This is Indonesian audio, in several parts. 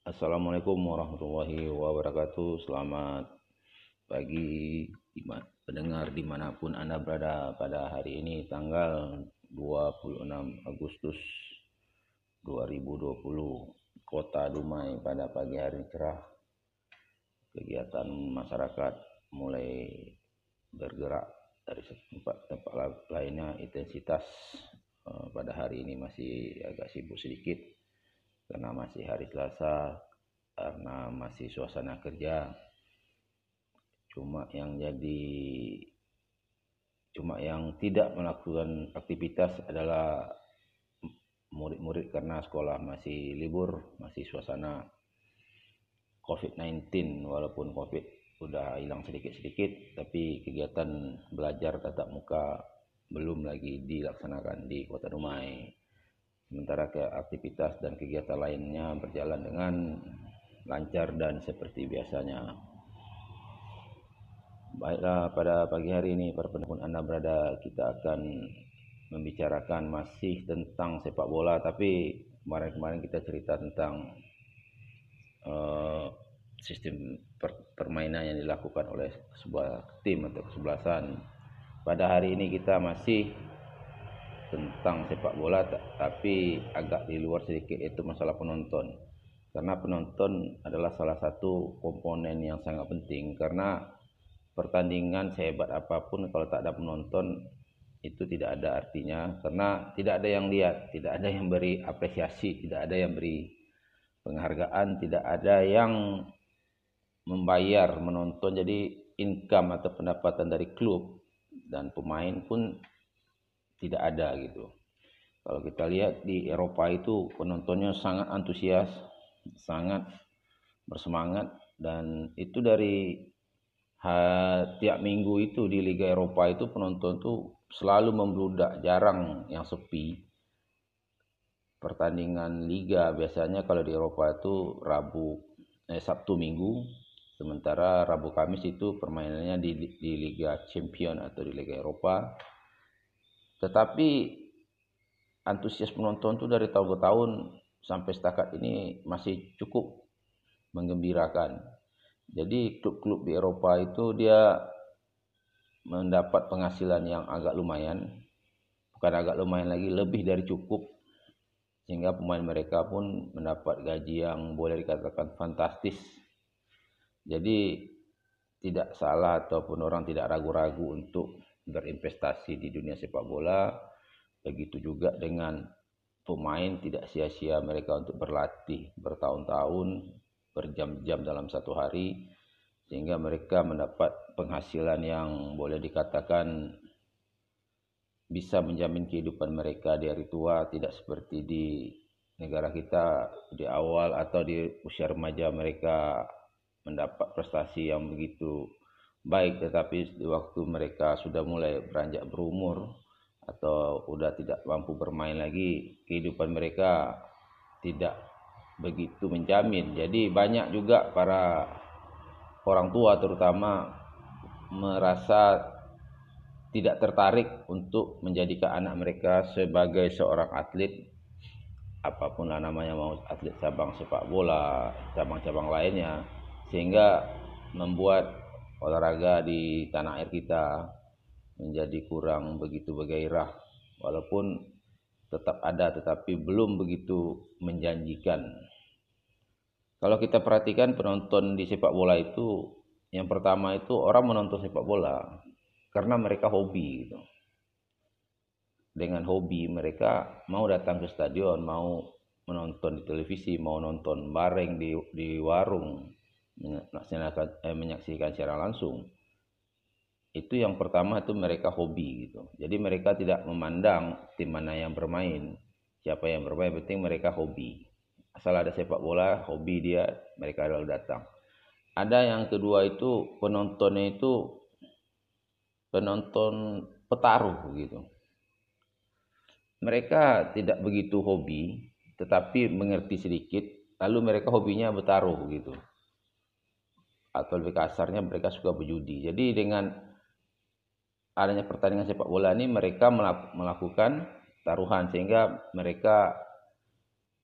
Assalamualaikum warahmatullahi wabarakatuh. Selamat pagi pendengar dimanapun Anda berada pada hari ini tanggal 26 Agustus 2020. Kota Dumai pada pagi hari cerah. Kegiatan masyarakat mulai bergerak dari tempat lainnya. Intensitas pada hari ini masih agak sibuk sedikit karena masih hari Selasa, karena masih suasana kerja. Cuma yang tidak melakukan aktivitas adalah murid-murid karena sekolah masih libur, masih suasana COVID-19. Walaupun COVID sudah hilang sedikit-sedikit, tapi kegiatan belajar tatap muka belum lagi dilaksanakan di Kota Dumai. Sementara aktivitas dan kegiatan lainnya berjalan dengan lancar dan seperti biasanya. Baiklah, pada pagi hari ini, para pendengar Anda berada, kita akan membicarakan masih tentang sepak bola, tapi kemarin kita cerita tentang sistem permainan yang dilakukan oleh sebuah tim atau kesebelasan. Pada hari ini kita masih tentang sepak bola, tapi agak di luar sedikit, yaitu masalah penonton. Karena penonton adalah salah satu komponen yang sangat penting, karena pertandingan sehebat apapun kalau tak ada penonton itu tidak ada artinya, karena tidak ada yang lihat, tidak ada yang beri apresiasi, tidak ada yang beri penghargaan, tidak ada yang membayar menonton. Jadi income atau pendapatan dari klub dan pemain pun tidak ada gitu. Kalau kita lihat di Eropa itu penontonnya sangat antusias, sangat bersemangat, dan itu dari tiap minggu itu di Liga Eropa itu penonton tuh selalu membludak, jarang yang sepi. Pertandingan liga biasanya kalau di Eropa itu Sabtu Minggu, sementara Rabu Kamis itu permainannya di Liga Champion atau di Liga Eropa. Tetapi antusias penonton tuh dari tahun ke tahun sampai setakat ini masih cukup menggembirakan. Jadi klub-klub di Eropa itu dia mendapat penghasilan yang agak lumayan, bukan agak lumayan lagi, lebih dari cukup, sehingga pemain mereka pun mendapat gaji yang boleh dikatakan fantastis. Jadi tidak salah ataupun orang tidak ragu-ragu untuk berinvestasi di dunia sepak bola. Begitu juga dengan pemain, tidak sia-sia mereka untuk berlatih bertahun-tahun, berjam-jam dalam satu hari, sehingga mereka mendapat penghasilan yang boleh dikatakan bisa menjamin kehidupan mereka di hari tua. Tidak seperti di negara kita di awal atau di usia remaja mereka mendapat prestasi yang begitu baik, tetapi di waktu mereka sudah mulai beranjak berumur atau sudah tidak mampu bermain lagi, kehidupan mereka tidak begitu menjamin. Jadi banyak juga para orang tua terutama merasa tidak tertarik untuk menjadikan anak mereka sebagai seorang atlet, apapun lah namanya, mau atlet cabang sepak bola, cabang-cabang lainnya, sehingga membuat olahraga di tanah air kita menjadi kurang begitu bergairah. Walaupun tetap ada, tetapi belum begitu menjanjikan. Kalau kita perhatikan penonton di sepak bola itu, yang pertama itu orang menonton sepak bola karena mereka hobi gitu. Dengan hobi mereka mau datang ke stadion, mau menonton di televisi, mau nonton bareng di warung, menyaksikan secara langsung. Itu yang pertama, itu mereka hobi gitu. Jadi mereka tidak memandang tim mana yang bermain, siapa yang bermain, penting mereka hobi. Asal ada sepak bola, hobi dia, mereka adalah datang. Ada yang kedua itu penontonnya itu penonton petaruh gitu. Mereka tidak begitu hobi, tetapi mengerti sedikit, lalu mereka hobinya bertaruh gitu. Atau lebih kasarnya mereka suka berjudi. Jadi dengan adanya pertandingan sepak bola ini mereka melakukan taruhan, sehingga mereka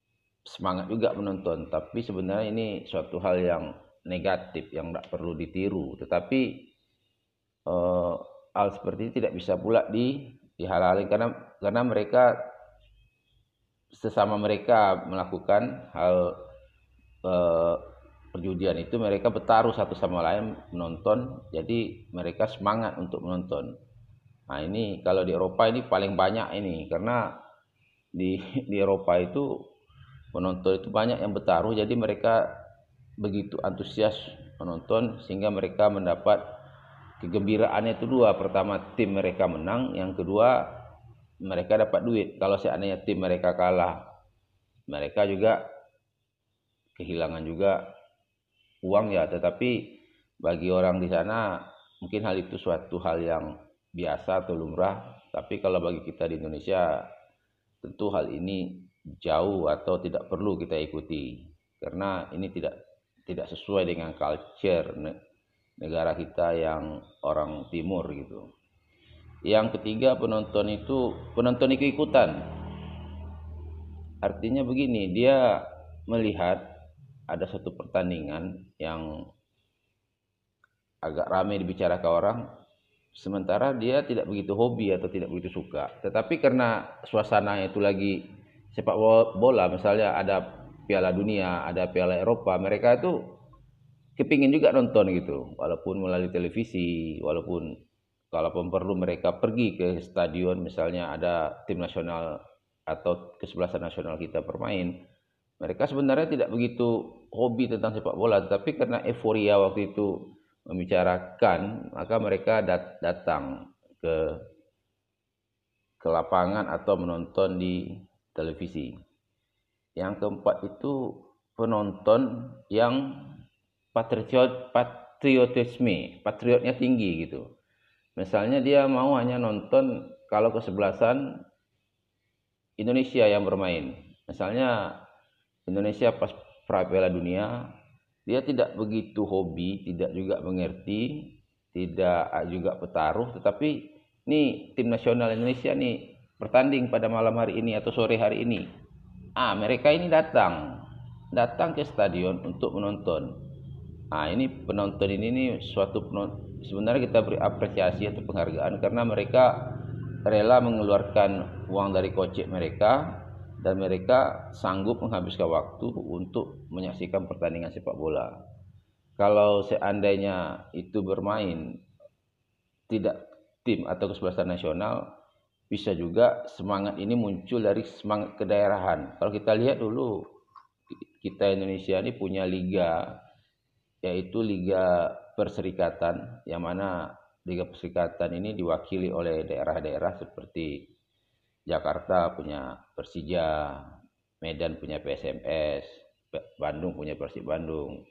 semangat juga menonton, tapi sebenarnya ini suatu hal yang negatif yang tidak perlu ditiru. Tetapi eh, hal seperti ini tidak bisa pula dihalalkan karena mereka sesama mereka melakukan hal eh, perjudian itu, mereka bertaruh satu sama lain menonton, jadi mereka semangat untuk menonton. Nah ini kalau di Eropa ini paling banyak ini, karena di Eropa itu penonton itu banyak yang bertaruh, jadi mereka begitu antusias menonton sehingga mereka mendapat kegembiraannya itu dua. Pertama, tim mereka menang, yang kedua mereka dapat duit. Kalau seandainya tim mereka kalah, mereka juga kehilangan juga uang ya. Tetapi bagi orang di sana mungkin hal itu suatu hal yang biasa atau lumrah, tapi kalau bagi kita di Indonesia tentu hal ini jauh atau tidak perlu kita ikuti, karena ini tidak sesuai dengan culture negara kita yang orang timur gitu. Yang ketiga, penonton ikut-ikutan. Artinya begini, dia melihat ada satu pertandingan yang agak ramai dibicarakan orang, sementara dia tidak begitu hobi atau tidak begitu suka. Tetapi karena suasananya itu lagi sepak bola, misalnya ada Piala Dunia, ada Piala Eropa, mereka itu kepingin juga nonton gitu, walaupun melalui televisi, walaupun kalaupun perlu mereka pergi ke stadion, misalnya ada tim nasional atau kesebelasan nasional kita bermain, mereka sebenarnya tidak begitu hobi tentang sepak bola, tetapi karena euforia waktu itu membicarakan, maka mereka datang ke lapangan atau menonton di televisi. Yang keempat itu penonton yang patriotnya tinggi gitu. Misalnya dia mau hanya nonton kalau kesebelasan Indonesia yang bermain. Misalnya Indonesia pas Piala Dunia, dia tidak begitu hobi, tidak juga mengerti, tidak juga bertaruh, tetapi ini tim nasional Indonesia nih bertanding pada malam hari ini atau sore hari ini. Mereka ini datang ke stadion untuk menonton. Ini penonton ini nih sebenarnya kita beri apresiasi atau penghargaan, karena mereka rela mengeluarkan uang dari kocek mereka dan mereka sanggup menghabiskan waktu untuk menyaksikan pertandingan sepak bola. Kalau seandainya itu bermain tidak tim atau kesebelasan nasional, bisa juga semangat ini muncul dari semangat kedaerahan. Kalau kita lihat dulu, kita Indonesia ini punya liga, yaitu Liga Perserikatan, yang mana Liga Perserikatan ini diwakili oleh daerah-daerah seperti Jakarta punya Persija, Medan punya PSMS, Bandung punya Persib Bandung,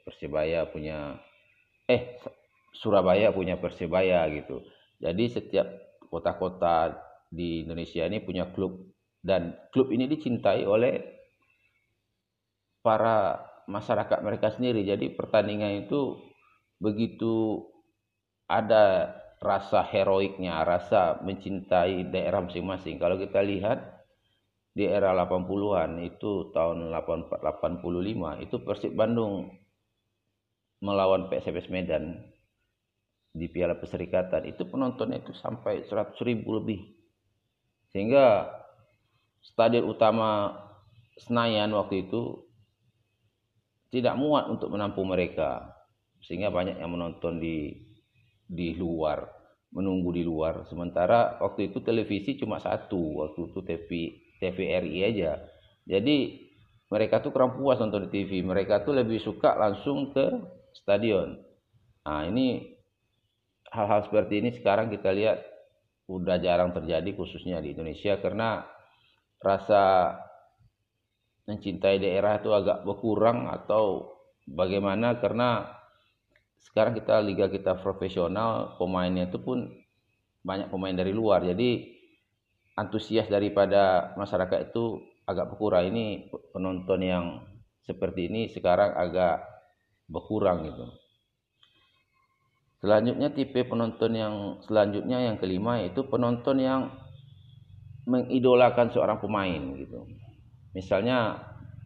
Surabaya punya Persebaya gitu. Jadi setiap kota-kota di Indonesia ini punya klub, dan klub ini dicintai oleh para masyarakat mereka sendiri. Jadi pertandingan itu begitu ada rasa heroiknya, rasa mencintai daerah masing-masing. Kalau kita lihat di era 80-an itu tahun 85 itu Persib Bandung melawan PSMS Medan di Piala Perserikatan, itu penontonnya itu sampai 100.000 lebih. Sehingga stadion utama Senayan waktu itu tidak muat untuk menampung mereka, sehingga banyak yang menonton di luar, menunggu di luar. Sementara waktu itu televisi cuma satu, waktu itu TVRI aja. Jadi mereka tuh kurang puas nonton di TV, mereka tuh lebih suka langsung ke stadion. Ini hal-hal seperti ini sekarang kita lihat udah jarang terjadi, khususnya di Indonesia, karena rasa mencintai daerah itu agak berkurang atau bagaimana, karena sekarang liga kita profesional, pemainnya itu pun banyak pemain dari luar, jadi antusias daripada masyarakat itu agak berkurang. Ini penonton yang seperti ini sekarang agak berkurang gitu. Selanjutnya tipe penonton yang selanjutnya, yang kelima, yaitu penonton yang mengidolakan seorang pemain gitu. Misalnya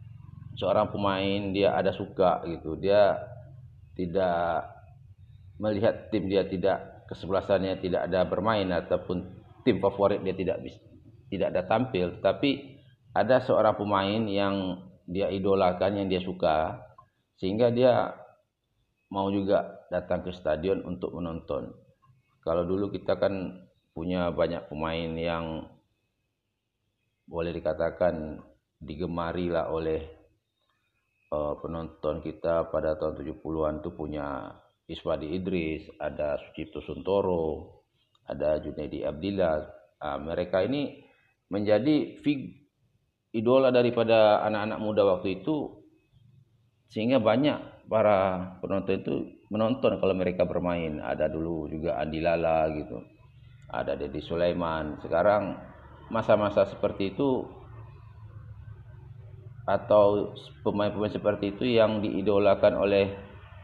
seorang pemain dia ada suka gitu, dia tidak melihat tim dia tidak kesebelasannya tidak ada bermain ataupun tim favorit dia tidak ada tampil, tapi ada seorang pemain yang dia idolakan, yang dia suka, sehingga dia mau juga datang ke stadion untuk menonton. Kalau dulu kita kan punya banyak pemain yang boleh dikatakan digemari lah oleh penonton kita pada tahun 70-an tuh, punya Iswadi Idris, ada Sucipto Suntoro, ada Junaidi Abdillah. Mereka ini menjadi idola daripada anak-anak muda waktu itu, sehingga banyak para penonton itu menonton kalau mereka bermain. Ada dulu juga Andi Lala gitu, ada Deddy Sulaiman. Sekarang masa-masa seperti itu atau pemain-pemain seperti itu yang diidolakan oleh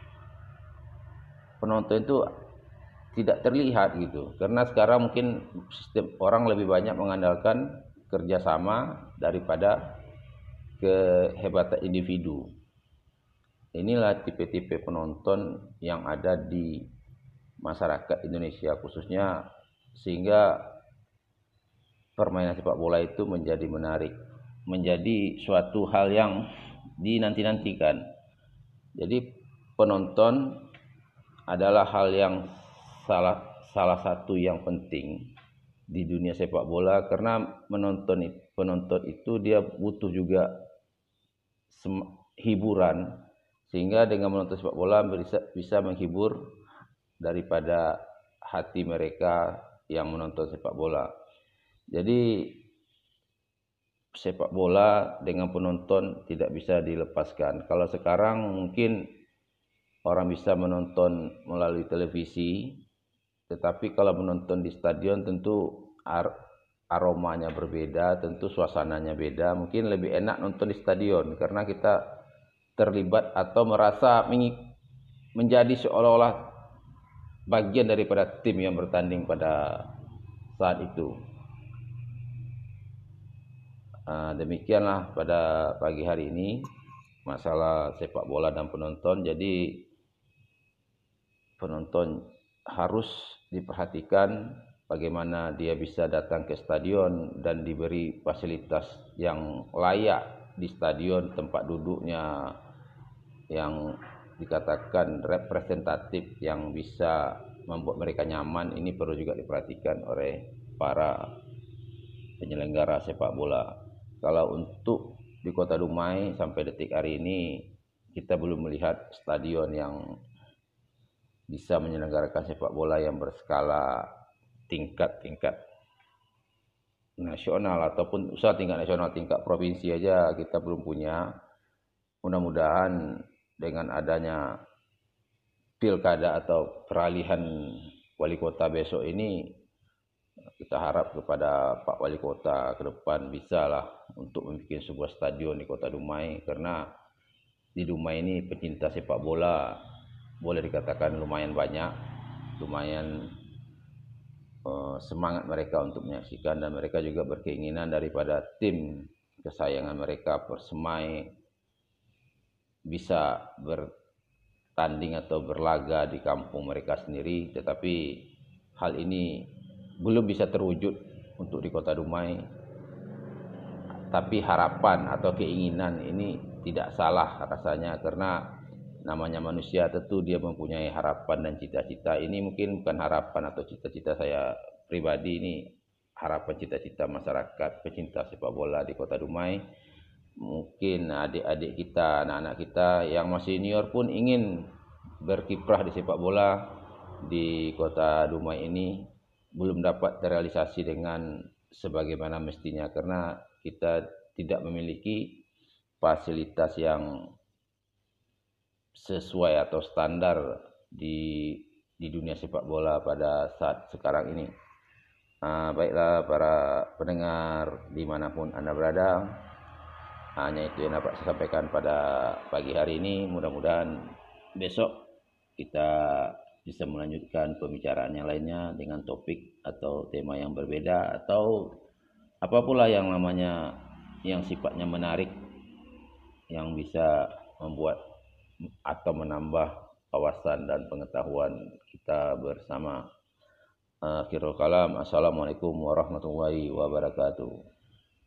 penonton itu tidak terlihat gitu, karena sekarang mungkin sistem orang lebih banyak mengandalkan kerjasama daripada kehebatan individu. Inilah tipe-tipe penonton yang ada di masyarakat Indonesia khususnya, sehingga permainan sepak bola itu menjadi menarik, menjadi suatu hal yang dinanti-nantikan. Jadi penonton adalah hal yang salah satu yang penting di dunia sepak bola, karena penonton itu dia butuh juga hiburan, sehingga dengan menonton sepak bola bisa menghibur daripada hati mereka yang menonton sepak bola. Jadi sepak bola dengan penonton tidak bisa dilepaskan. Kalau sekarang mungkin orang bisa menonton melalui televisi, tetapi kalau menonton di stadion tentu aromanya berbeda, tentu suasananya beda. Mungkin lebih enak nonton di stadion karena kita terlibat atau merasa menjadi seolah-olah bagian daripada tim yang bertanding pada saat itu. Demikianlah pada pagi hari ini masalah sepak bola dan penonton. Jadi penonton harus diperhatikan bagaimana dia bisa datang ke stadion dan diberi fasilitas yang layak di stadion, tempat duduknya yang dikatakan representatif yang bisa membuat mereka nyaman. Ini perlu juga diperhatikan oleh para penyelenggara sepak bola. Kalau untuk di Kota Dumai sampai detik hari ini kita belum melihat stadion yang bisa menyelenggarakan sepak bola yang berskala tingkat nasional ataupun tingkat nasional, tingkat provinsi aja kita belum punya. Mudah-mudahan dengan adanya pilkada atau peralihan wali kota besok ini, kita harap kepada Pak Wali Kota ke depan bisalah untuk membuat sebuah stadion di Kota Dumai, karena di Dumai ini pecinta sepak bola boleh dikatakan lumayan banyak, lumayan semangat mereka untuk menyaksikan, dan mereka juga berkeinginan daripada tim kesayangan mereka Persemai bisa bertanding atau berlaga di kampung mereka sendiri. Tetapi hal ini belum bisa terwujud untuk di Kota Dumai, tapi harapan atau keinginan ini tidak salah rasanya, karena namanya manusia tentu dia mempunyai harapan dan cita-cita. Ini mungkin bukan harapan atau cita-cita saya pribadi, ini harapan cita-cita masyarakat pecinta sepak bola di Kota Dumai. Mungkin adik-adik kita, anak-anak kita yang masih senior pun ingin berkiprah di sepak bola di Kota Dumai ini, belum dapat terrealisasi dengan sebagaimana mestinya, karena kita tidak memiliki fasilitas yang sesuai atau standar di dunia sepak bola pada saat sekarang ini. Baiklah para pendengar dimanapun Anda berada, hanya itu yang dapat saya sampaikan pada pagi hari ini. Mudah-mudahan besok kita bisa melanjutkan pembicaraan yang lainnya dengan topik atau tema yang berbeda, atau apapun yang namanya yang sifatnya menarik yang bisa membuat atau menambah wawasan dan pengetahuan kita bersama. Akhirul kalam, assalamualaikum warahmatullahi wabarakatuh.